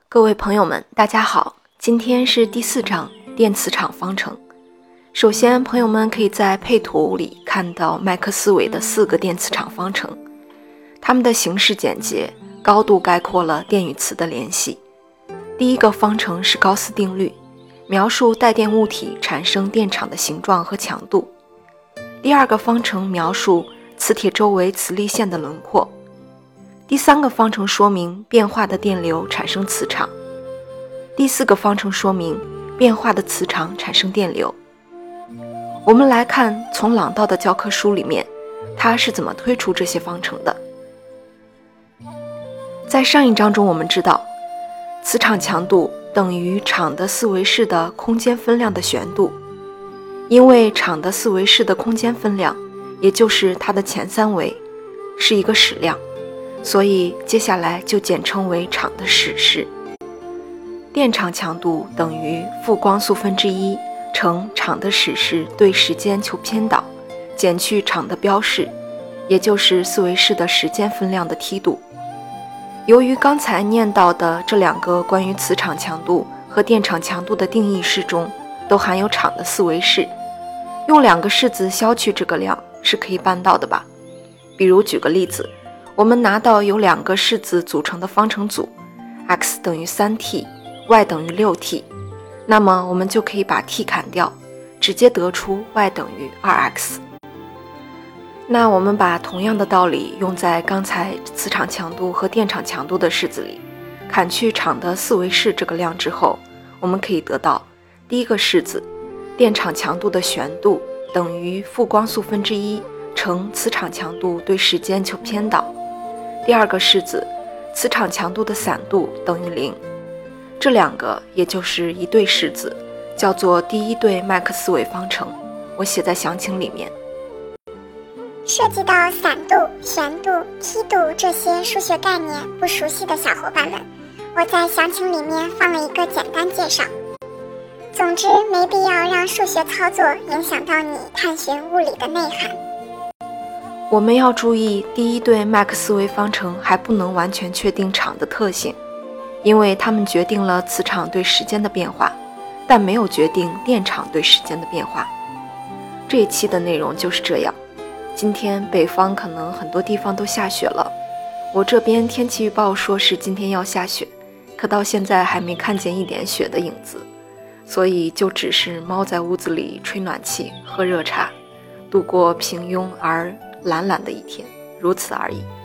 各位朋友们，大家好，今天是第4章电磁场方程。首先，朋友们可以在配图里看到麦克斯韦的4个电磁场方程，它们的形式简洁，高度概括了电与磁的联系。第一个方程是高斯定律，描述带电物体产生电场的形状和强度。第二个方程描述磁铁周围磁力线的轮廓。第3个方程说明变化的电流产生磁场。第4个方程说明变化的磁场产生电流。我们来看从朗道的教科书里面，他是怎么推出这些方程的。在上一章中我们知道，磁场强度等于场的4维式的空间分量的旋度。因为场的4维式的空间分量，也就是它的前3维，是一个矢量，所以接下来就简称为场的矢式。电场强度等于负光速分之一乘场的矢式对时间求偏导，减去场的标示，也就是4维式的时间分量的梯度。由于刚才念到的这2个关于磁场强度和电场强度的定义式中都含有场的4维式，用2个式子消去这个量是可以办到的吧？比如举个例子，我们拿到由2个式子组成的方程组 x 等于 3t，y 等于 6t， 那么我们就可以把 t 砍掉，直接得出 y 等于 2x。 那我们把同样的道理用在刚才磁场强度和电场强度的式子里，砍去场的4维式这个量之后，我们可以得到第一个式子电场强度的旋度等于负光速分之一乘磁场强度对时间求偏导。第二个式子磁场强度的散度等于0。这2个也就是一对式子，叫做第一对麦克斯韦方程，我写在详情里面。 涉及到散度、旋度、梯度这些数学概念不熟悉的小伙伴们，我在详情里面放了一个简单介绍。总之，没必要让数学操作影响到你探寻物理的内涵。 我们要注意，第一对麦克斯韦方程还不能完全确定场的特性，因为它们决定了磁场对时间的变化，但没有决定电场对时间的变化。这一期的内容就是这样。今天北方可能很多地方都下雪了，我这边天气预报说是今天要下雪，可到现在还没看见一点雪的影子，所以就只是猫在屋子里吹暖气喝热茶，度过平庸而懒懒的一天，如此而已。